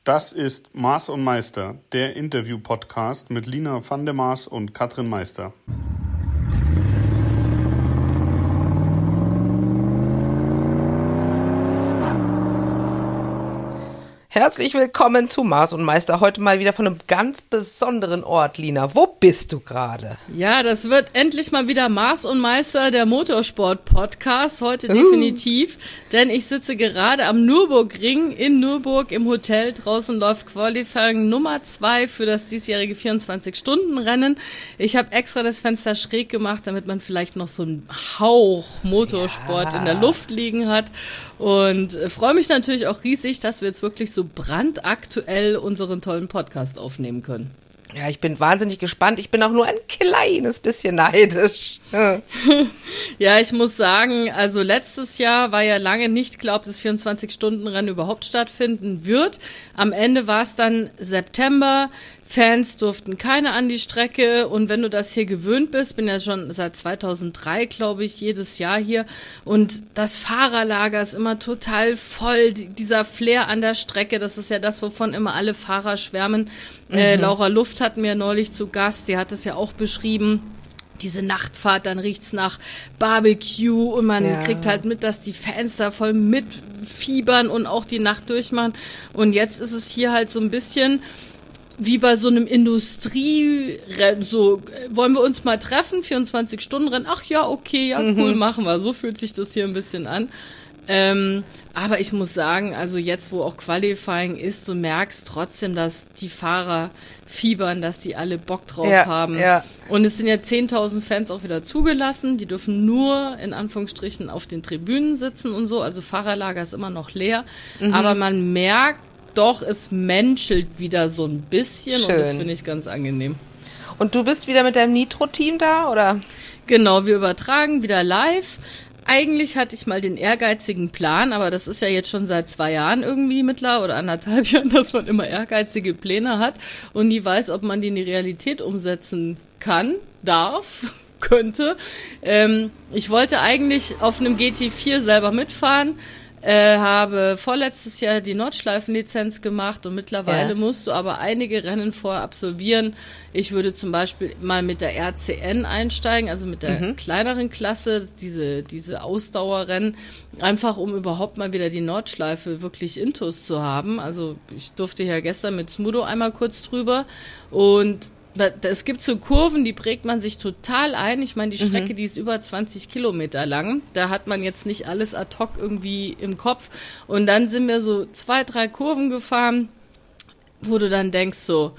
Das ist Maß und Meister, der Interview-Podcast mit Lina van der Maas und Katrin Meister. Herzlich willkommen zu Maß und Meister. Heute mal wieder von einem ganz besonderen Ort, Lina. Wo bist du gerade? Ja, das wird endlich mal wieder Maß und Meister, der Motorsport-Podcast. Heute definitiv, denn ich sitze gerade am Nürburgring in Nürburg im Hotel. Draußen läuft Qualifying Nummer 2 für das diesjährige 24-Stunden-Rennen. Ich habe extra das Fenster schräg gemacht, damit man vielleicht noch so einen Hauch Motorsport in der Luft liegen hat. Und freue mich natürlich auch riesig, dass wir jetzt wirklich so brandaktuell unseren tollen Podcast aufnehmen können. Ja, ich bin wahnsinnig gespannt. Ich bin auch nur ein kleines bisschen neidisch. Ja, ich muss sagen, also letztes Jahr war ja lange nicht klar, dass 24-Stunden-Rennen überhaupt stattfinden wird. Am Ende war es dann September. Fans durften keine an die Strecke und wenn du das hier gewöhnt bist, bin ja schon seit 2003, glaube ich, jedes Jahr hier und das Fahrerlager ist immer total voll, dieser Flair an der Strecke, das ist ja das, wovon immer alle Fahrer schwärmen. Laura Luft hatten wir neulich zu Gast, die hat es ja auch beschrieben. Diese Nachtfahrt, dann riecht's nach Barbecue und man kriegt halt mit, dass die Fans da voll mitfiebern und auch die Nacht durchmachen und jetzt ist es hier halt so ein bisschen wie bei so einem Industrierennen, so, wollen wir uns mal treffen, 24-Stunden-Rennen, ach ja, okay, ja, cool, machen wir, so fühlt sich das hier ein bisschen an. Aber ich muss sagen, also jetzt, wo auch Qualifying ist, du merkst trotzdem, dass die Fahrer fiebern, dass die alle Bock drauf haben. Ja. Und es sind ja 10.000 Fans auch wieder zugelassen, die dürfen nur, in Anführungsstrichen, auf den Tribünen sitzen und so, also Fahrerlager ist immer noch leer, aber man merkt, doch, es menschelt wieder so ein bisschen. Schön. Und das finde ich ganz angenehm. Und du bist wieder mit deinem Nitro-Team da, oder? Genau, wir übertragen wieder live. Eigentlich hatte ich mal den ehrgeizigen Plan, aber das ist ja jetzt schon seit 2 Jahren irgendwie oder 1,5 Jahren, dass man immer ehrgeizige Pläne hat und nie weiß, ob man die in die Realität umsetzen kann, darf, könnte. Ich wollte eigentlich auf einem GT4 selber mitfahren, habe vorletztes Jahr die Nordschleifenlizenz gemacht und mittlerweile musst du aber einige Rennen vorher absolvieren. Ich würde zum Beispiel mal mit der RCN einsteigen, also mit der kleineren Klasse, diese Ausdauerrennen, einfach um überhaupt mal wieder die Nordschleife wirklich intus zu haben. Also ich durfte ja gestern mit Smudo einmal kurz drüber und es gibt so Kurven, die prägt man sich total ein. Ich meine, die Strecke, die ist über 20 Kilometer lang. Da hat man jetzt nicht alles ad hoc irgendwie im Kopf. Und dann sind wir so 2, 3 Kurven gefahren, wo du dann denkst so,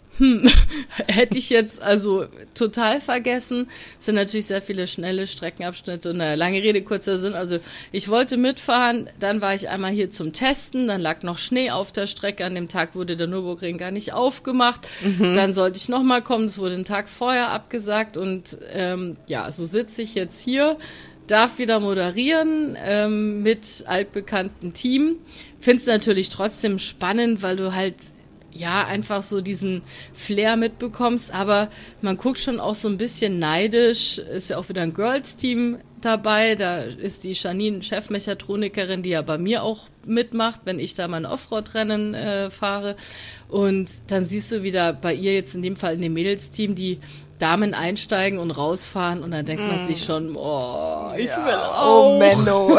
hätte ich jetzt also total vergessen. Es sind natürlich sehr viele schnelle Streckenabschnitte und lange Rede, kurzer Sinn. Also ich wollte mitfahren, dann war ich einmal hier zum Testen, dann lag noch Schnee auf der Strecke. An dem Tag wurde der Nürburgring gar nicht aufgemacht. Dann sollte ich nochmal kommen, es wurde einen Tag vorher abgesagt und so sitze ich jetzt hier, darf wieder moderieren mit altbekanntem Team. Finde es natürlich trotzdem spannend, weil du halt einfach so diesen Flair mitbekommst, aber man guckt schon auch so ein bisschen neidisch, ist ja auch wieder ein Girls-Team dabei, da ist die Janine Chefmechatronikerin, die ja bei mir auch mitmacht, wenn ich da mein Offroad-Rennen fahre und dann siehst du wieder bei ihr jetzt in dem Fall in dem Mädels-Team, die Damen einsteigen und rausfahren und dann denkt man sich schon, ich will auch. Oh Menno.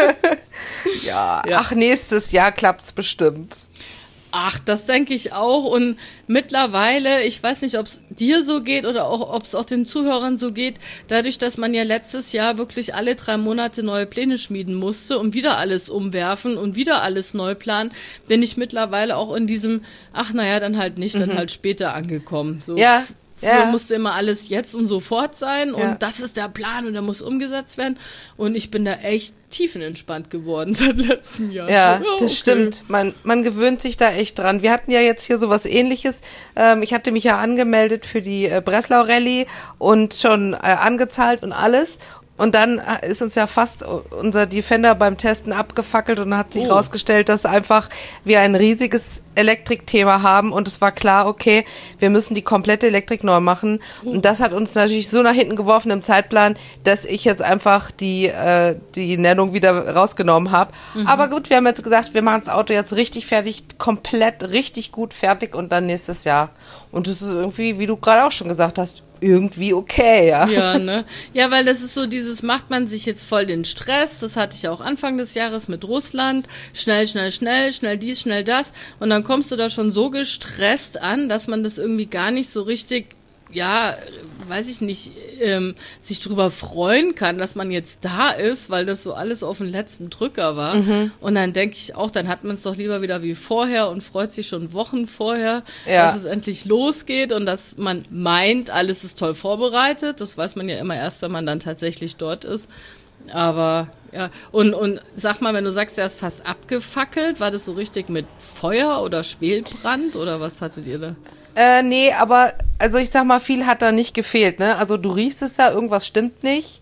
Ach, nächstes Jahr klappt's bestimmt. Ach, das denke ich auch und mittlerweile, ich weiß nicht, ob es dir so geht oder auch, ob es auch den Zuhörern so geht, dadurch, dass man ja letztes Jahr wirklich alle 3 Monate neue Pläne schmieden musste und wieder alles umwerfen und wieder alles neu planen, bin ich mittlerweile auch in diesem, dann halt nicht, dann halt später angekommen. So. Ja. Früher musste immer alles jetzt und sofort sein und das ist der Plan und der muss umgesetzt werden und ich bin da echt tiefenentspannt geworden seit letztem Jahr. Ja, das stimmt. Man gewöhnt sich da echt dran. Wir hatten ja jetzt hier sowas Ähnliches. Ich hatte mich ja angemeldet für die Breslau Rallye und schon angezahlt und alles. Und dann ist uns ja fast unser Defender beim Testen abgefackelt und dann hat sich rausgestellt, dass einfach wir ein riesiges Elektrikthema haben und es war klar, okay, wir müssen die komplette Elektrik neu machen. Und das hat uns natürlich so nach hinten geworfen im Zeitplan, dass ich jetzt einfach die Nennung wieder rausgenommen habe. Aber gut, wir haben jetzt gesagt, wir machen das Auto jetzt richtig fertig, komplett richtig gut fertig und dann nächstes Jahr. Und das ist irgendwie, wie du gerade auch schon gesagt hast, irgendwie okay, ja. Ja, ne? Ja, weil das ist so macht man sich jetzt voll den Stress. Das hatte ich auch Anfang des Jahres mit Russland. Schnell dies, schnell das. Und dann kommst du da schon so gestresst an, dass man das irgendwie gar nicht so richtig, ja, weiß ich nicht, sich drüber freuen kann, dass man jetzt da ist, weil das so alles auf den letzten Drücker war. Und dann denke ich auch, dann hat man es doch lieber wieder wie vorher und freut sich schon Wochen vorher, dass es endlich losgeht und dass man meint, alles ist toll vorbereitet. Das weiß man ja immer erst, wenn man dann tatsächlich dort ist. Aber ja, und sag mal, wenn du sagst, der ist fast abgefackelt, war das so richtig mit Feuer oder Schwelbrand oder was hattet ihr da? Nee, aber, also ich sag mal, viel hat da nicht gefehlt, ne? Also du riechst es ja, irgendwas stimmt nicht.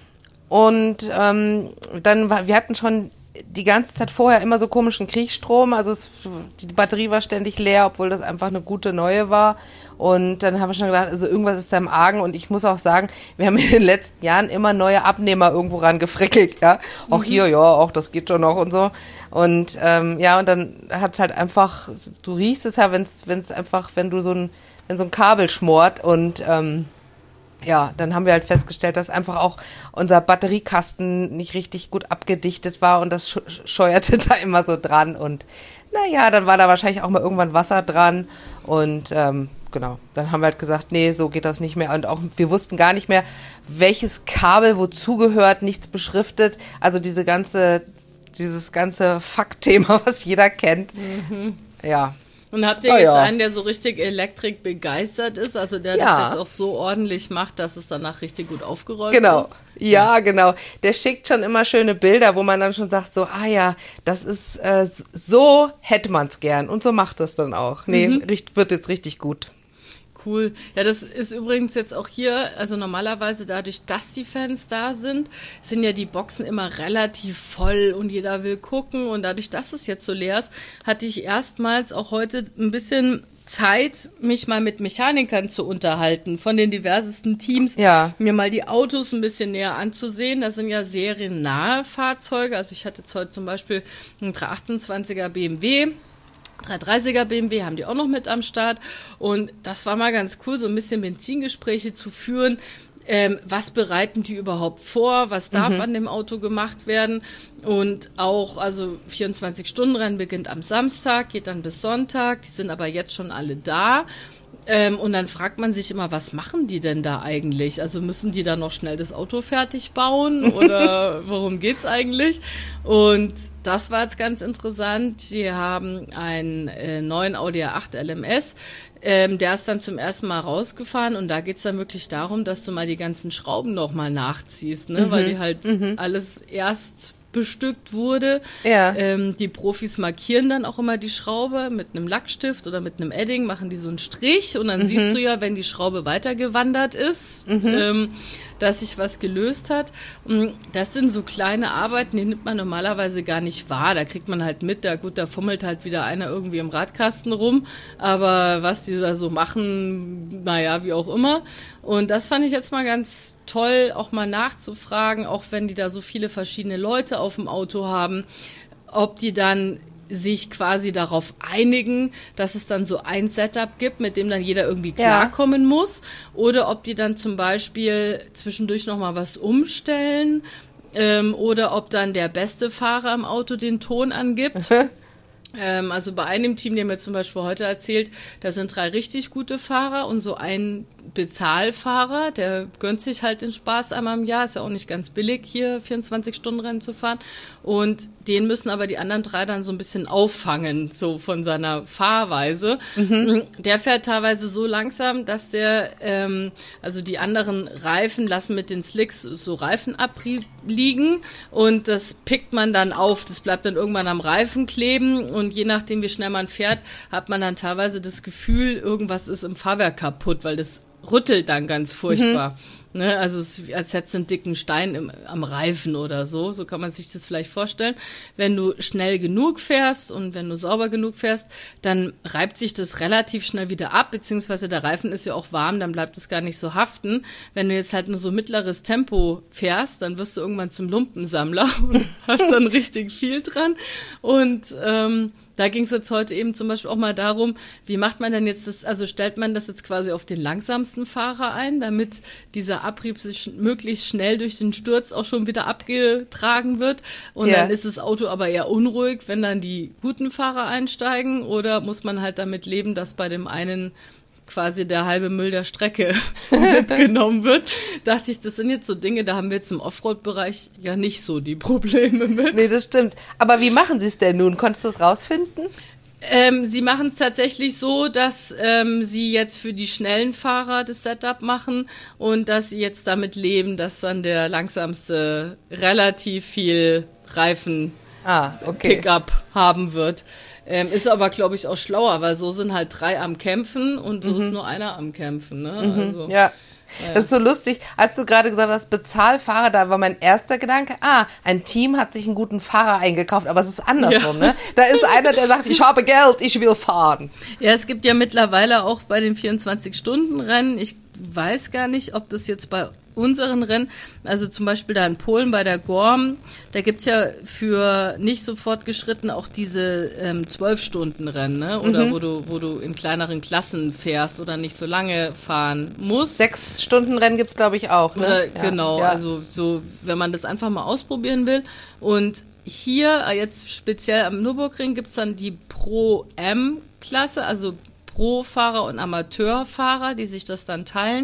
Und wir hatten schon die ganze Zeit vorher immer so komischen Kriechstrom, also die Batterie war ständig leer, obwohl das einfach eine gute neue war. Und dann haben wir schon gedacht, also irgendwas ist da im Argen. Und ich muss auch sagen, wir haben in den letzten Jahren immer neue Abnehmer irgendwo rangefrickelt, ja. Auch hier, ja, auch das geht schon noch und so. Und und dann hat's halt einfach, du riechst es ja, wenn's einfach, wenn so ein Kabel schmort und dann haben wir halt festgestellt, dass einfach auch unser Batteriekasten nicht richtig gut abgedichtet war und das scheuerte da immer so dran und dann war da wahrscheinlich auch mal irgendwann Wasser dran und genau, dann haben wir halt gesagt, nee, so geht das nicht mehr und auch wir wussten gar nicht mehr, welches Kabel wozu gehört, nichts beschriftet, also dieses ganze Fuck-Thema, was jeder kennt, ja. Und habt ihr jetzt einen, der so richtig Elektrik begeistert ist, also der das jetzt auch so ordentlich macht, dass es danach richtig gut aufgeräumt ist? Ja, genau. Der schickt schon immer schöne Bilder, wo man dann schon sagt so, das ist, so hätte man's gern. Und so macht das dann auch. Nee, wird jetzt richtig gut. Cool. Ja, das ist übrigens jetzt auch hier, also normalerweise dadurch, dass die Fans da sind ja die Boxen immer relativ voll und jeder will gucken und dadurch, dass es jetzt so leer ist, hatte ich erstmals auch heute ein bisschen Zeit, mich mal mit Mechanikern zu unterhalten, von den diversesten Teams, mir mal die Autos ein bisschen näher anzusehen. Das sind ja seriennahe Fahrzeuge, also ich hatte jetzt heute zum Beispiel einen 328er BMW, 330er BMW haben die auch noch mit am Start und das war mal ganz cool, so ein bisschen Benzingespräche zu führen. Was bereiten die überhaupt vor? Was darf an dem Auto gemacht werden? Und auch, also 24-Stunden-Rennen beginnt am Samstag, geht dann bis Sonntag. Die sind aber jetzt schon alle da. Und dann fragt man sich immer, was machen die denn da eigentlich? Also müssen die da noch schnell das Auto fertig bauen oder worum geht's eigentlich? Und das war jetzt ganz interessant. Die haben einen neuen Audi A8 LMS. Der ist dann zum ersten Mal rausgefahren und da geht's dann wirklich darum, dass du mal die ganzen Schrauben nochmal nachziehst, ne? Weil die halt alles erst bestückt wurde. Ja. Die Profis markieren dann auch immer die Schraube mit einem Lackstift oder mit einem Edding, machen die so einen Strich und dann siehst du ja, wenn die Schraube weitergewandert ist, dass sich was gelöst hat. Das sind so kleine Arbeiten, die nimmt man normalerweise gar nicht wahr. Da kriegt man halt mit, da fummelt halt wieder einer irgendwie im Radkasten rum. Aber was die da so machen, naja, wie auch immer. Und das fand ich jetzt mal ganz toll, auch mal nachzufragen, auch wenn die da so viele verschiedene Leute auf dem Auto haben, ob die dann sich quasi darauf einigen, dass es dann so ein Setup gibt, mit dem dann jeder irgendwie klarkommen muss, oder ob die dann zum Beispiel zwischendurch nochmal was umstellen, oder ob dann der beste Fahrer im Auto den Ton angibt. Also bei einem Team, der mir zum Beispiel heute erzählt, da sind 3 richtig gute Fahrer und so ein Bezahlfahrer, der gönnt sich halt den Spaß einmal im Jahr, ist ja auch nicht ganz billig, hier 24-Stunden-Rennen zu fahren. Und den müssen aber die anderen 3 dann so ein bisschen auffangen, so von seiner Fahrweise. Der fährt teilweise so langsam, dass der, also die anderen Reifen lassen mit den Slicks so Reifenabrieb liegen und das pickt man dann auf, das bleibt dann irgendwann am Reifen kleben und je nachdem, wie schnell man fährt, hat man dann teilweise das Gefühl, irgendwas ist im Fahrwerk kaputt, weil das rüttelt dann ganz furchtbar. Ne, also es ist, als hättest du einen dicken Stein am Reifen oder so. So kann man sich das vielleicht vorstellen. Wenn du schnell genug fährst und wenn du sauber genug fährst, dann reibt sich das relativ schnell wieder ab, beziehungsweise der Reifen ist ja auch warm, dann bleibt es gar nicht so haften. Wenn du jetzt halt nur so mittleres Tempo fährst, dann wirst du irgendwann zum Lumpensammler und hast dann richtig viel dran. Und da ging es jetzt heute eben zum Beispiel auch mal darum, wie macht man denn jetzt das, also stellt man das jetzt quasi auf den langsamsten Fahrer ein, damit dieser Abrieb sich möglichst schnell durch den Sturz auch schon wieder abgetragen wird und dann ist das Auto aber eher unruhig, wenn dann die guten Fahrer einsteigen, oder muss man halt damit leben, dass bei dem einen quasi der halbe Müll der Strecke mitgenommen wird, dachte ich, das sind jetzt so Dinge, da haben wir jetzt im Offroad-Bereich ja nicht so die Probleme mit. Nee, das stimmt. Aber wie machen Sie es denn nun? Konntest du es rausfinden? Sie machen es tatsächlich so, dass sie jetzt für die schnellen Fahrer das Setup machen und dass sie jetzt damit leben, dass dann der langsamste relativ viel Reifen-Pickup haben wird. Ist aber, glaube ich, auch schlauer, weil so sind halt 3 am Kämpfen und so ist nur einer am Kämpfen. Ne? Also, ja. Das ist so lustig. Als du gerade gesagt hast, Bezahlfahrer, da war mein erster Gedanke, ein Team hat sich einen guten Fahrer eingekauft, aber es ist andersrum, ne? Da ist einer, der sagt, ich habe Geld, ich will fahren. Ja, es gibt ja mittlerweile auch bei den 24-Stunden-Rennen, ich weiß gar nicht, ob das jetzt bei unseren Rennen, also zum Beispiel da in Polen bei der Gorm, da gibt's ja für nicht so fortgeschritten auch diese 12-Stunden-Rennen, ne? Oder wo du in kleineren Klassen fährst oder nicht so lange fahren musst. 6-Stunden-Rennen gibt's, glaube ich, auch. Ne? Oder, genau, also so, wenn man das einfach mal ausprobieren will. Und hier, jetzt speziell am Nürburgring, gibt's dann die Pro-M-Klasse, also Pro-Fahrer und Amateurfahrer, die sich das dann teilen.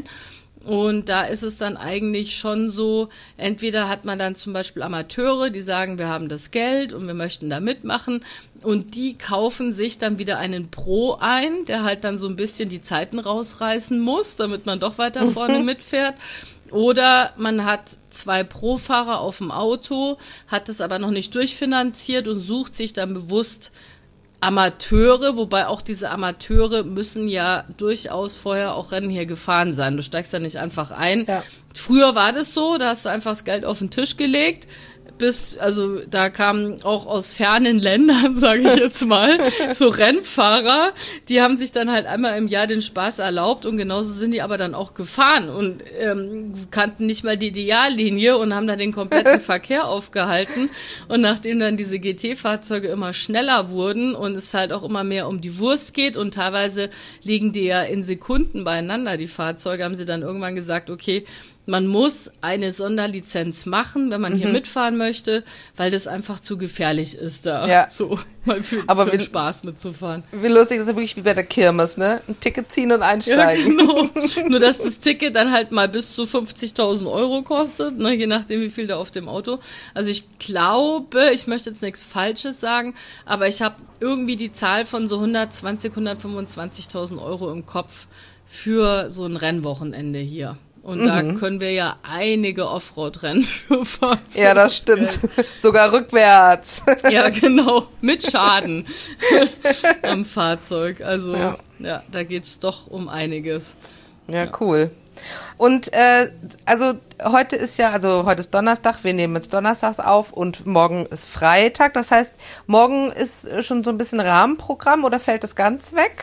Und da ist es dann eigentlich schon so, entweder hat man dann zum Beispiel Amateure, die sagen, wir haben das Geld und wir möchten da mitmachen, und die kaufen sich dann wieder einen Pro ein, der halt dann so ein bisschen die Zeiten rausreißen muss, damit man doch weiter vorne mitfährt. Oder man hat 2 Pro-Fahrer auf dem Auto, hat es aber noch nicht durchfinanziert und sucht sich dann bewusst Amateure, wobei auch diese Amateure müssen ja durchaus vorher auch Rennen hier gefahren sein. Du steigst ja nicht einfach ein. Ja. Früher war das so, da hast du einfach das Geld auf den Tisch gelegt. Also da kamen auch aus fernen Ländern, sage ich jetzt mal, so Rennfahrer, die haben sich dann halt einmal im Jahr den Spaß erlaubt und genauso sind die aber dann auch gefahren und kannten nicht mal die Ideallinie und haben da den kompletten Verkehr aufgehalten. Und nachdem dann diese GT-Fahrzeuge immer schneller wurden und es halt auch immer mehr um die Wurst geht und teilweise liegen die ja in Sekunden beieinander, die Fahrzeuge, haben sie dann irgendwann gesagt, okay, man muss eine Sonderlizenz machen, wenn man hier mitfahren möchte, weil das einfach zu gefährlich ist, da so mal für den Spaß mitzufahren. Wie lustig, das ist ja wirklich wie bei der Kirmes, ne? Ein Ticket ziehen und einsteigen. Ja, genau. Nur, dass das Ticket dann halt mal bis zu 50.000 € kostet, ne? Je nachdem, wie viel da auf dem Auto. Also ich glaube, ich möchte jetzt nichts Falsches sagen, aber ich habe irgendwie die Zahl von so 120.000, 125.000 € im Kopf für so ein Rennwochenende hier. Und da können wir ja einige Offroad-Rennen für fahren. Ja, das stimmt. Sogar rückwärts. Ja, genau. Mit Schaden am Fahrzeug. Also, ja da geht's doch um einiges. Ja, cool. Und also heute ist Donnerstag, wir nehmen jetzt donnerstags auf und morgen ist Freitag. Das heißt, morgen ist schon so ein bisschen Rahmenprogramm oder fällt das ganz weg?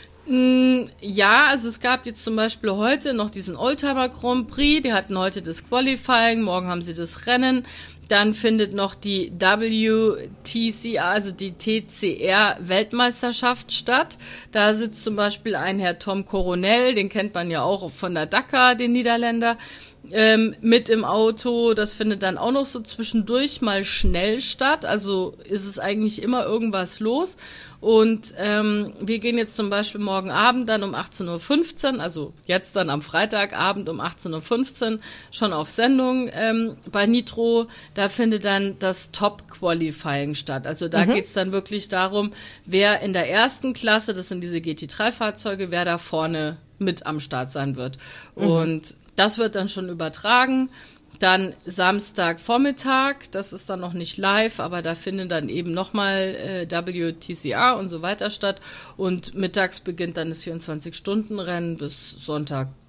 Ja, also es gab jetzt zum Beispiel heute noch diesen Oldtimer Grand Prix, die hatten heute das Qualifying, morgen haben sie das Rennen, dann findet noch die WTCR, also die TCR-Weltmeisterschaft statt. Da sitzt zum Beispiel ein Herr Tom Coronel, den kennt man ja auch von der Dakar, den Niederländer, mit im Auto. Das findet dann auch noch so zwischendurch mal schnell statt, also ist es eigentlich immer irgendwas los. Und wir gehen jetzt zum Beispiel morgen Abend dann um 18.15 Uhr, also jetzt dann am Freitagabend um 18.15 Uhr schon auf Sendung bei Nitro. Da findet dann das Top-Qualifying statt. Also da geht's dann wirklich darum, wer in der ersten Klasse, das sind diese GT3-Fahrzeuge, wer da vorne mit am Start sein wird. Und das wird dann schon übertragen. Dann Samstagvormittag, das ist dann noch nicht live, aber da findet dann eben nochmal WTCR und so weiter statt. Und mittags beginnt dann das 24-Stunden-Rennen bis Sonntag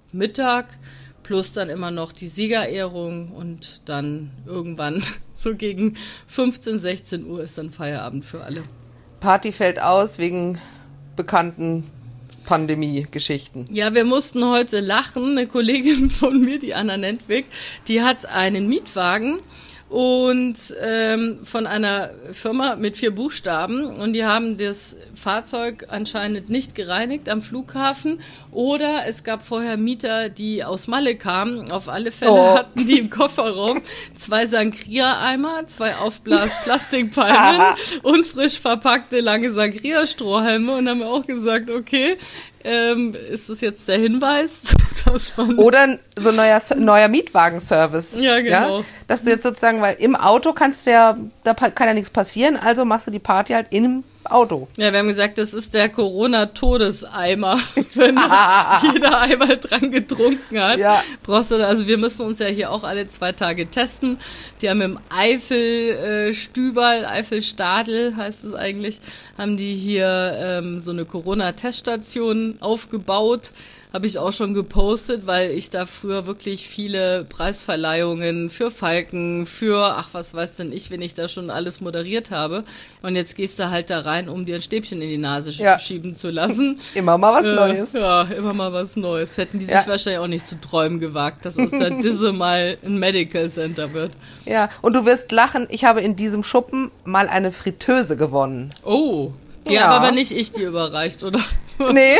Mittag, plus dann immer noch die Siegerehrung und dann irgendwann so gegen 15, 16 Uhr ist dann Feierabend für alle. Party fällt aus wegen bekannten Pandemie-Geschichten. Ja, wir mussten heute lachen. Eine Kollegin von mir, die Anna Nentwig, die hat einen Mietwagen und von einer Firma mit 4 Buchstaben und die haben das Fahrzeug anscheinend nicht gereinigt am Flughafen oder es gab vorher Mieter, die aus Malle kamen. Auf alle Fälle hatten die im Kofferraum 2 Sangria-Eimer, 2 Aufblas-Plastikpalmen und frisch verpackte lange Sangria-Strohhalme und haben auch gesagt, okay, ist das jetzt der Hinweis, dass man... Oder so ein neuer Mietwagenservice. Ja, genau. Ja? Dass du jetzt sozusagen, weil im Auto kannst du ja, da kann ja nichts passieren, also machst du die Party halt im Auto. Ja, wir haben gesagt, das ist der Corona-Todeseimer. Wenn jeder einmal dran getrunken hat, brauchst du da, also wir müssen uns ja hier auch alle 2 Tage testen. Die haben im Eifelstüberl, Eifelstadel heißt es eigentlich, haben die hier so eine Corona-Teststation aufgebaut. Habe ich auch schon gepostet, weil ich da früher wirklich viele Preisverleihungen für Falken, was weiß denn ich, wenn ich da schon alles moderiert habe. Und jetzt gehst du halt da rein, um dir ein Stäbchen in die Nase schieben zu lassen. Immer mal was Neues. Ja, immer mal was Neues. Hätten die sich wahrscheinlich auch nicht zu träumen gewagt, dass aus der Disse mal ein Medical Center wird. Ja, und du wirst lachen, ich habe in diesem Schuppen mal eine Fritteuse gewonnen. Oh, die habe aber nicht ich dir überreicht, oder? Nee.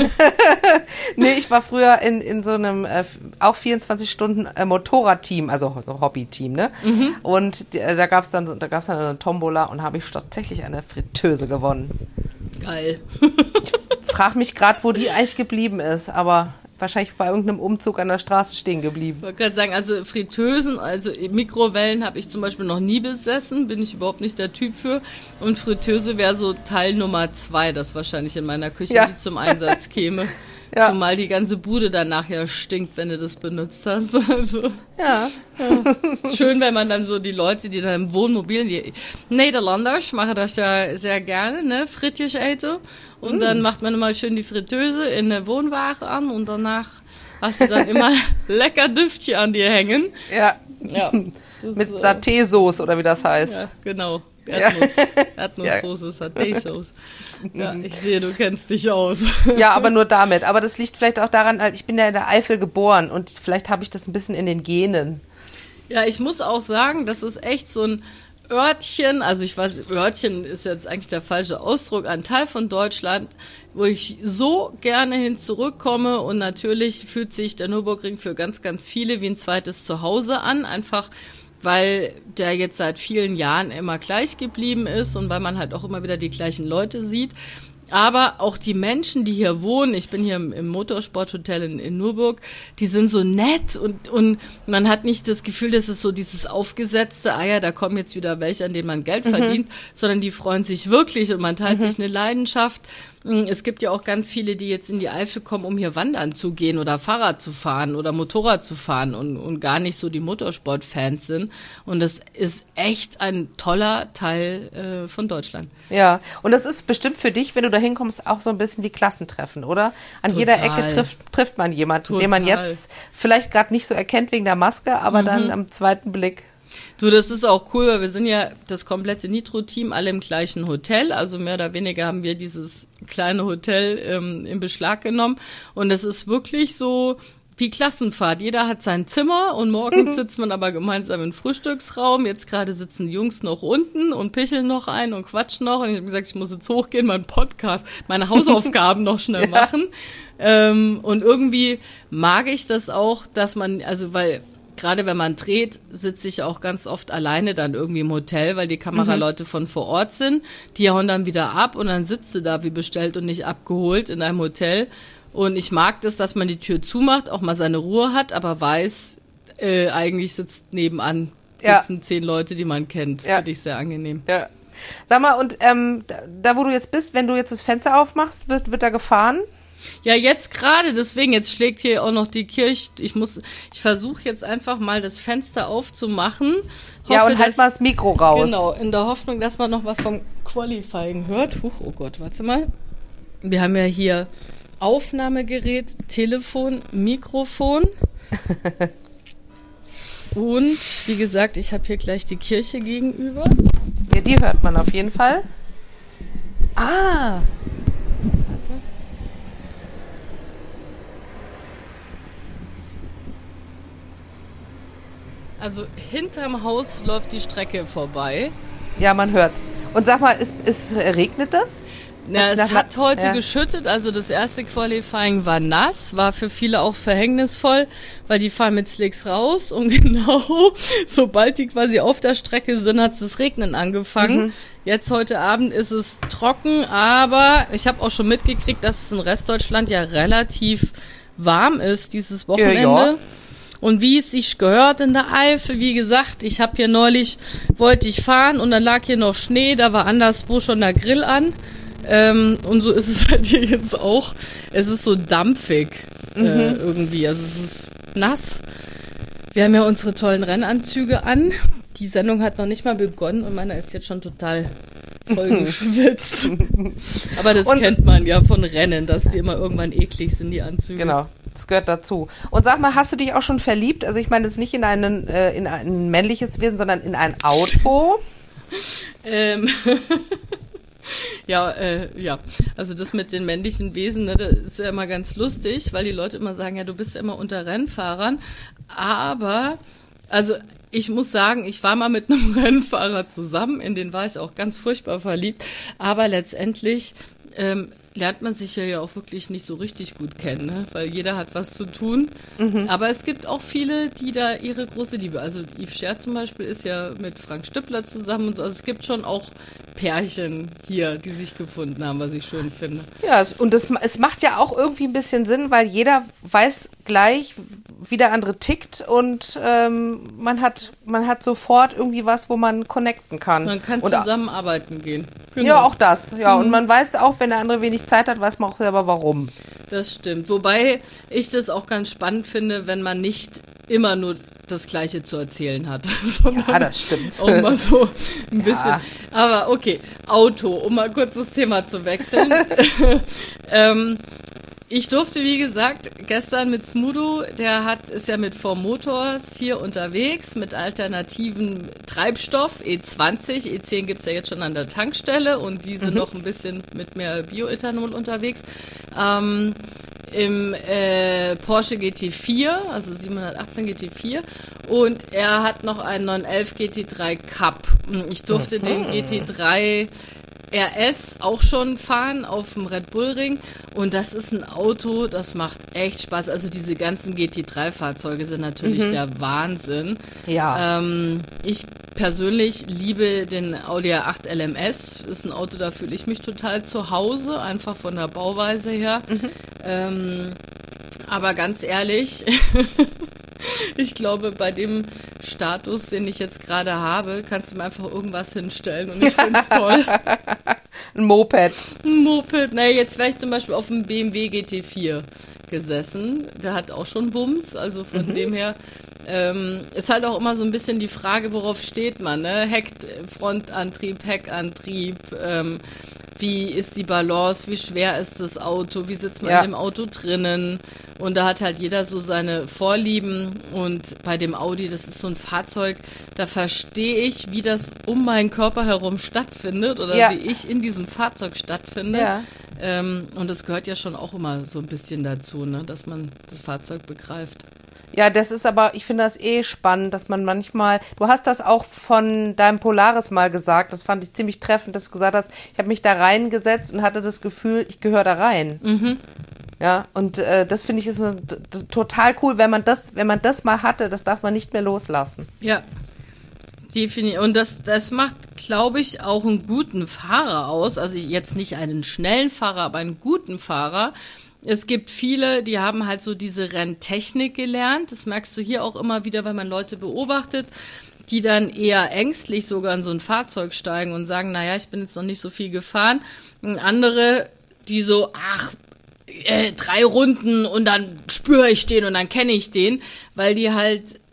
Nee, ich war früher in so einem auch 24 Stunden Motorradteam, also Hobbyteam, ne? Mhm. Und da gab's dann eine Tombola und habe ich tatsächlich eine Fritteuse gewonnen. Geil. Ich frage mich gerade, wo die eigentlich geblieben ist, aber wahrscheinlich bei irgendeinem Umzug an der Straße stehen geblieben. Ich wollte gerade sagen, also Fritteusen, also Mikrowellen habe ich zum Beispiel noch nie besessen, bin ich überhaupt nicht der Typ für. Und Fritteuse wäre so Teil Nummer 2, das wahrscheinlich in meiner Küche nie zum Einsatz käme. Ja. Zumal die ganze Bude dann nachher stinkt, wenn du das benutzt hast. Also, ja. Schön, wenn man dann so die Leute, die dann im Wohnmobil, die Nederlanders machen das ja sehr gerne, ne, Frittjes eten. Und dann macht man immer schön die Fritteuse in den Wohnwagen an und danach hast du dann immer lecker Düftchen an dir hängen. Ja. Mit Saté-Sauce oder wie das heißt. Ja, genau. Erdnusssoße, Saté-Sauce. Ja, ich sehe, du kennst dich aus. Ja, aber nur damit. Aber das liegt vielleicht auch daran, ich bin ja in der Eifel geboren und vielleicht habe ich das ein bisschen in den Genen. Ja, ich muss auch sagen, das ist echt so ein Örtchen, also ich weiß, Örtchen ist jetzt eigentlich der falsche Ausdruck, ein Teil von Deutschland, wo ich so gerne hin zurückkomme und natürlich fühlt sich der Nürburgring für ganz, ganz viele wie ein zweites Zuhause an, einfach weil der jetzt seit vielen Jahren immer gleich geblieben ist und weil man halt auch immer wieder die gleichen Leute sieht. Aber auch die Menschen, die hier wohnen, ich bin hier im Motorsporthotel in Nürburg, die sind so nett und man hat nicht das Gefühl, dass es so dieses aufgesetzte, da kommen jetzt wieder welche, an denen man Geld verdient, sondern die freuen sich wirklich und man teilt sich eine Leidenschaft. Es gibt ja auch ganz viele, die jetzt in die Eifel kommen, um hier wandern zu gehen oder Fahrrad zu fahren oder Motorrad zu fahren und gar nicht so die Motorsport-Fans sind. Und das ist echt ein toller Teil von Deutschland. Ja, und das ist bestimmt für dich, wenn du da hinkommst, auch so ein bisschen wie Klassentreffen, oder? An jeder Ecke trifft man jemanden, den man jetzt vielleicht gerade nicht so erkennt wegen der Maske, aber dann am zweiten Blick. Du, das ist auch cool, weil wir sind ja das komplette Nitro-Team alle im gleichen Hotel, also mehr oder weniger haben wir dieses kleine Hotel in Beschlag genommen und es ist wirklich so wie Klassenfahrt. Jeder hat sein Zimmer und morgens sitzt man aber gemeinsam im Frühstücksraum. Jetzt gerade sitzen die Jungs noch unten und picheln noch ein und quatschen noch und ich habe gesagt, ich muss jetzt hochgehen, meinen Podcast, meine Hausaufgaben noch schnell machen und irgendwie mag ich das auch, dass man, also weil gerade wenn man dreht, sitze ich auch ganz oft alleine dann irgendwie im Hotel, weil die Kameraleute von vor Ort sind. Die hauen dann wieder ab und dann sitzt du da wie bestellt und nicht abgeholt in einem Hotel. Und ich mag das, dass man die Tür zumacht, auch mal seine Ruhe hat, aber weiß, eigentlich sitzt nebenan, sitzen 10 Leute, die man kennt. Finde ich sehr angenehm. Ja. Sag mal, und da wo du jetzt bist, wenn du jetzt das Fenster aufmachst, wird da gefahren? Ja, jetzt gerade, deswegen, jetzt schlägt hier auch noch die Kirche. Ich versuche jetzt einfach mal das Fenster aufzumachen. Hoffe, und halt mal das Mikro raus. Genau, in der Hoffnung, dass man noch was vom Qualifying hört. Oh Gott, warte mal. Wir haben ja hier Aufnahmegerät, Telefon, Mikrofon. Und, wie gesagt, ich habe hier gleich die Kirche gegenüber. Ja, die hört man auf jeden Fall. Ah! Also hinterm Haus läuft die Strecke vorbei. Ja, man hört's. Und sag mal, regnet das? Ja, es hat heute geschüttet, also das erste Qualifying war nass, war für viele auch verhängnisvoll, weil die fahren mit Slicks raus und genau, sobald die quasi auf der Strecke sind, hat es das Regnen angefangen. Jetzt heute Abend ist es trocken, aber ich habe auch schon mitgekriegt, dass es in Restdeutschland ja relativ warm ist dieses Wochenende. Ja. Und wie es sich gehört in der Eifel, wie gesagt, ich habe hier neulich, wollte ich fahren und dann lag hier noch Schnee, da war anderswo schon der Grill an. Und so ist es halt hier jetzt auch. Es ist so dampfig irgendwie, also es ist nass. Wir haben ja unsere tollen Rennanzüge an. Die Sendung hat noch nicht mal begonnen und meiner ist jetzt schon total voll geschwitzt. Aber das kennt man ja von Rennen, dass die immer irgendwann eklig sind, die Anzüge. Genau, das gehört dazu. Und sag mal, hast du dich auch schon verliebt? Also ich meine jetzt nicht in ein männliches Wesen, sondern in ein Auto. Ja, also das mit den männlichen Wesen, ne, das ist ja immer ganz lustig, weil die Leute immer sagen, ja, du bist ja immer unter Rennfahrern, aber, also ich muss sagen, ich war mal mit einem Rennfahrer zusammen, in den war ich auch ganz furchtbar verliebt, aber letztendlich lernt man sich ja auch wirklich nicht so richtig gut kennen, ne? Weil jeder hat was zu tun. Aber es gibt auch viele, die da ihre große Liebe, also Yves Scher zum Beispiel ist ja mit Frank Stüppler zusammen und so, also es gibt schon auch Pärchen hier, die sich gefunden haben, was ich schön finde. Ja, und es macht ja auch irgendwie ein bisschen Sinn, weil jeder weiß gleich, wie der andere tickt und man hat sofort irgendwie was, wo man connecten kann. Man kann zusammenarbeiten gehen. Genau. Ja, auch das. Ja, und man weiß auch, wenn der andere wenig Zeit hat, weiß man auch selber, warum. Das stimmt. Wobei ich das auch ganz spannend finde, wenn man nicht immer nur das Gleiche zu erzählen hat. Ja, das stimmt. Auch mal so ein bisschen. Ja. Aber okay, Auto, um mal kurz das Thema zu wechseln. Ich durfte, wie gesagt, gestern mit Smudo, ist ja mit 4Motors hier unterwegs, mit alternativen Treibstoff, E20, E10 gibt's ja jetzt schon an der Tankstelle und die sind noch ein bisschen mit mehr Bioethanol unterwegs. Im Porsche GT4, also 718 GT4 und er hat noch einen 911 GT3 Cup. Ich durfte den GT3 RS auch schon fahren auf dem Red Bull Ring und das ist ein Auto, das macht echt Spaß. Also diese ganzen GT3-Fahrzeuge sind natürlich der Wahnsinn. Ja. Ich persönlich liebe den Audi A8 LMS. Ist ein Auto, da fühle ich mich total zu Hause, einfach von der Bauweise her. Aber ganz ehrlich, ich glaube, bei dem Status, den ich jetzt gerade habe, kannst du mir einfach irgendwas hinstellen und ich find's toll. Ein Moped. Ein Moped. Naja, jetzt wäre ich zum Beispiel auf dem BMW GT4 gesessen. Der hat auch schon Wumms, also von dem her ist halt auch immer so ein bisschen die Frage, worauf steht man, ne? Frontantrieb, Heckantrieb, wie ist die Balance, wie schwer ist das Auto, wie sitzt man in dem Auto drinnen und da hat halt jeder so seine Vorlieben und bei dem Audi, das ist so ein Fahrzeug, da verstehe ich, wie das um meinen Körper herum stattfindet oder wie ich in diesem Fahrzeug stattfinde. Ja. Und das gehört ja schon auch immer so ein bisschen dazu, ne, dass man das Fahrzeug begreift. Ja, das ist aber, ich finde das spannend, dass man manchmal, du hast das auch von deinem Polaris mal gesagt, das fand ich ziemlich treffend, dass du gesagt hast, ich habe mich da reingesetzt und hatte das Gefühl, ich gehöre da rein. Ja, und das finde ich ist total cool, wenn man das mal hatte, das darf man nicht mehr loslassen. Ja, definitiv. Und das macht, glaube ich, auch einen guten Fahrer aus, also jetzt nicht einen schnellen Fahrer, aber einen guten Fahrer. Es gibt viele, die haben halt so diese Renntechnik gelernt. Das merkst du hier auch immer wieder, wenn man Leute beobachtet, die dann eher ängstlich sogar in so ein Fahrzeug steigen und sagen, naja, ich bin jetzt noch nicht so viel gefahren. Und andere, die so, 3 Runden und dann spüre ich den und dann kenne ich den, weil die halt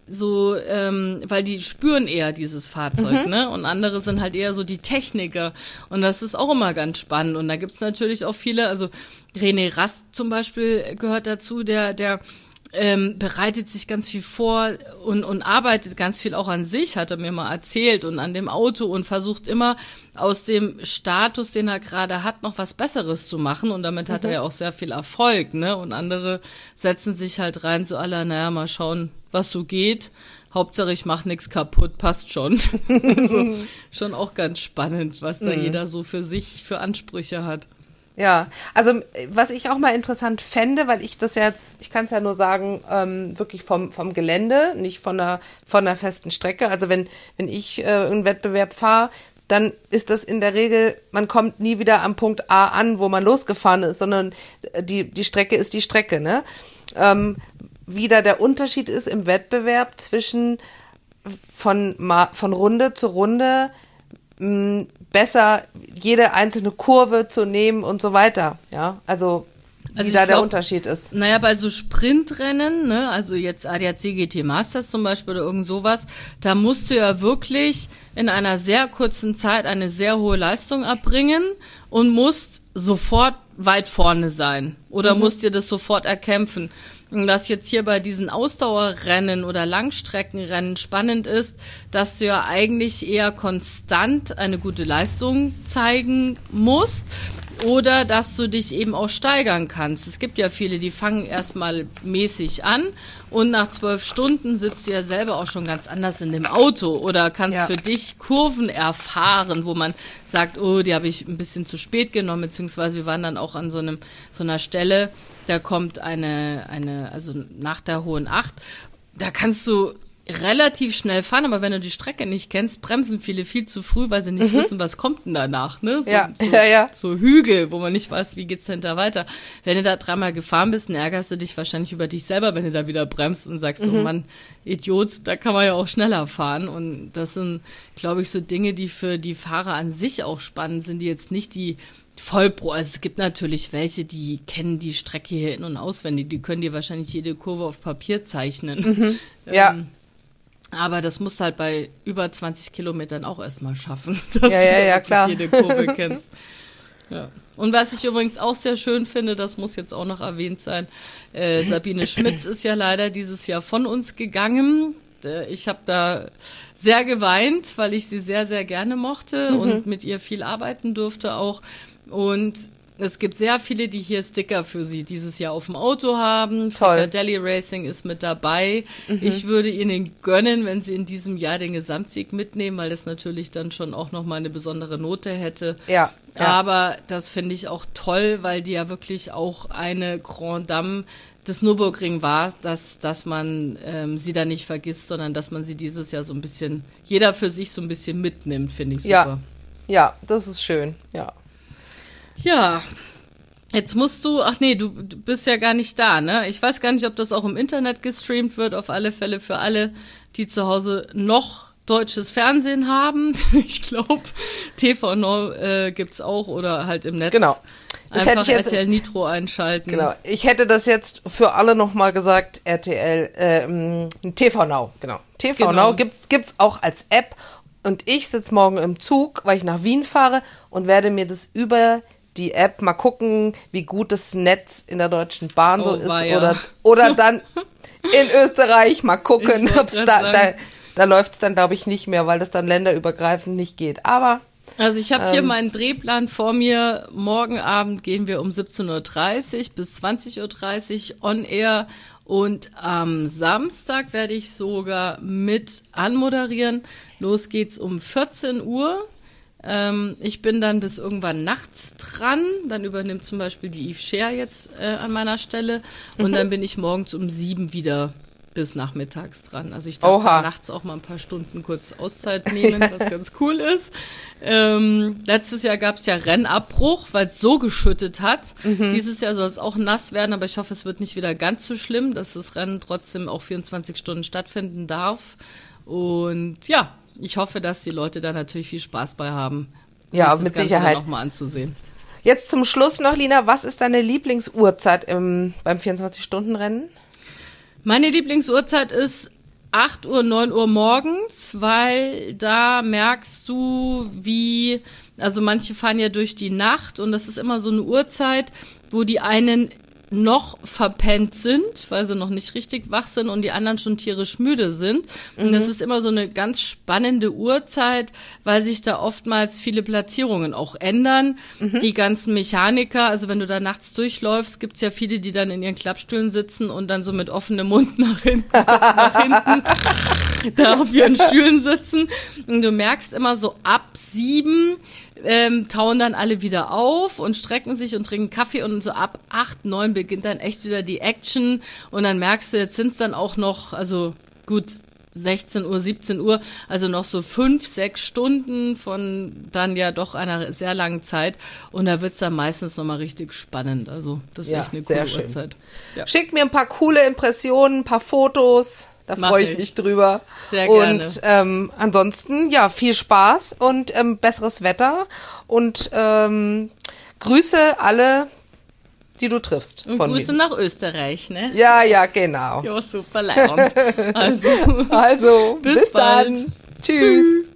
weil die spüren eher dieses Fahrzeug, ne? Und andere sind halt eher so die Techniker. Und das ist auch immer ganz spannend. Und da gibt's natürlich auch viele, also René Rast zum Beispiel gehört dazu, der bereitet sich ganz viel vor und arbeitet ganz viel auch an sich, hat er mir mal erzählt, und an dem Auto und versucht immer aus dem Status, den er gerade hat, noch was Besseres zu machen, und damit hat er ja auch sehr viel Erfolg, ne? Und andere setzen sich halt rein so naja, mal schauen, was so geht. Hauptsache ich mache nichts kaputt, passt schon. Also, schon auch ganz spannend, was da jeder so für sich für Ansprüche hat. Ja, also was ich auch mal interessant fände, weil ich das jetzt, ich kann es ja nur sagen, wirklich vom Gelände, nicht von der festen Strecke. Also wenn ich einen Wettbewerb fahre, dann ist das in der Regel, man kommt nie wieder am Punkt A an, wo man losgefahren ist, sondern die Strecke ist die Strecke, ne? Wie da der Unterschied ist im Wettbewerb zwischen von Runde zu Runde, besser jede einzelne Kurve zu nehmen und so weiter, ja, also wie da der Unterschied ist. Naja, bei so Sprintrennen, ne, also jetzt ADAC GT Masters zum Beispiel oder irgend sowas, da musst du ja wirklich in einer sehr kurzen Zeit eine sehr hohe Leistung erbringen und musst sofort weit vorne sein oder musst dir das sofort erkämpfen. Und was jetzt hier bei diesen Ausdauerrennen oder Langstreckenrennen spannend ist, dass du ja eigentlich eher konstant eine gute Leistung zeigen musst oder dass du dich eben auch steigern kannst. Es gibt ja viele, die fangen erstmal mäßig an und nach 12 Stunden sitzt du ja selber auch schon ganz anders in dem Auto oder kannst für dich Kurven erfahren, wo man sagt, oh, die habe ich ein bisschen zu spät genommen, beziehungsweise wir waren dann auch an so einer Stelle, da kommt also nach der Hohen Acht, da kannst du relativ schnell fahren, aber wenn du die Strecke nicht kennst, bremsen viele viel zu früh, weil sie nicht wissen, was kommt denn danach, ne? So Hügel, wo man nicht weiß, wie geht's denn da weiter. Wenn du da 3-mal gefahren bist, dann ärgerst du dich wahrscheinlich über dich selber, wenn du da wieder bremst und sagst, oh Mann, Idiot, da kann man ja auch schneller fahren. Und das sind, glaube ich, so Dinge, die für die Fahrer an sich auch spannend sind, die jetzt nicht die Vollpro, also es gibt natürlich welche, die kennen die Strecke hier in- und auswendig, die können dir wahrscheinlich jede Kurve auf Papier zeichnen. Aber das musst du halt bei über 20 Kilometern auch erstmal schaffen, dass du klar. jede Kurve kennst. Ja. Und was ich übrigens auch sehr schön finde, das muss jetzt auch noch erwähnt sein, Sabine Schmitz ist ja leider dieses Jahr von uns gegangen. Ich habe da sehr geweint, weil ich sie sehr, sehr gerne mochte und mit ihr viel arbeiten durfte auch. Und es gibt sehr viele, die hier Sticker für sie dieses Jahr auf dem Auto haben. Fricadeli Racing ist mit dabei. Ich würde ihnen gönnen, wenn sie in diesem Jahr den Gesamtsieg mitnehmen, weil das natürlich dann schon auch nochmal eine besondere Note hätte. Ja. Aber das finde ich auch toll, weil die ja wirklich auch eine Grand Dame des Nürburgring war, dass man sie da nicht vergisst, sondern dass man sie dieses Jahr so ein bisschen, jeder für sich so ein bisschen mitnimmt, finde ich super. Ja, das ist schön, ja. Ja, jetzt musst du, du bist ja gar nicht da, ne? Ich weiß gar nicht, ob das auch im Internet gestreamt wird, auf alle Fälle für alle, die zu Hause noch deutsches Fernsehen haben. Ich glaube, TV Now gibt's auch oder halt im Netz. Genau. Das einfach hätte ich jetzt, RTL Nitro einschalten. Genau. Ich hätte das jetzt für alle nochmal gesagt, RTL, TV Now, genau. TV Now gibt's auch als App und ich sitze morgen im Zug, weil ich nach Wien fahre und werde mir das über die App mal gucken, wie gut das Netz in der Deutschen Bahn so ist oder dann in Österreich mal gucken, ob's da läuft's dann, glaube ich, nicht mehr, weil das dann länderübergreifend nicht geht. Aber also ich habe hier meinen Drehplan vor mir. Morgen Abend gehen wir um 17:30 Uhr bis 20:30 Uhr on air und am Samstag werde ich sogar mit anmoderieren. Los geht's um 14 Uhr. Ich bin dann bis irgendwann nachts dran, dann übernimmt zum Beispiel die Yves Scheer jetzt an meiner Stelle und dann bin ich morgens um 7 wieder bis nachmittags dran. Also ich darf dann nachts auch mal ein paar Stunden kurz Auszeit nehmen, was ganz cool ist. Letztes Jahr gab es ja Rennabbruch, weil es so geschüttet hat. Dieses Jahr soll es auch nass werden, aber ich hoffe, es wird nicht wieder ganz so schlimm, dass das Rennen trotzdem auch 24 Stunden stattfinden darf. Und ja, ich hoffe, dass die Leute da natürlich viel Spaß bei haben, sich das mit Ganze Sicherheit nochmal anzusehen. Jetzt zum Schluss noch, Lina, was ist deine Lieblingsuhrzeit beim 24-Stunden-Rennen? Meine Lieblingsuhrzeit ist 8 Uhr, 9 Uhr morgens, weil da merkst du, also manche fahren ja durch die Nacht und das ist immer so eine Uhrzeit, wo die einen noch verpennt sind, weil sie noch nicht richtig wach sind und die anderen schon tierisch müde sind. Und das ist immer so eine ganz spannende Uhrzeit, weil sich da oftmals viele Platzierungen auch ändern. Die ganzen Mechaniker, also wenn du da nachts durchläufst, gibt's ja viele, die dann in ihren Klappstühlen sitzen und dann so mit offenem Mund nach hinten, Kopf nach hinten da auf ihren Stühlen sitzen. Und du merkst immer so ab 7 tauen dann alle wieder auf und strecken sich und trinken Kaffee und so ab 8, 9 beginnt dann echt wieder die Action und dann merkst du, jetzt sind es dann auch noch, also gut, 16 Uhr, 17 Uhr, also noch so 5, 6 Stunden von dann ja doch einer sehr langen Zeit und da wird's dann meistens nochmal richtig spannend, also das ist echt eine coole Uhrzeit. Ja. Schickt mir ein paar coole Impressionen, ein paar Fotos. Da freue ich mich drüber. Sehr gerne. Und ansonsten, ja, viel Spaß und besseres Wetter und Grüße alle, die du triffst. Und Grüße nach Österreich, ne? Ja, genau. Ja, super leibend. Also bis bald. dann. Tschüss.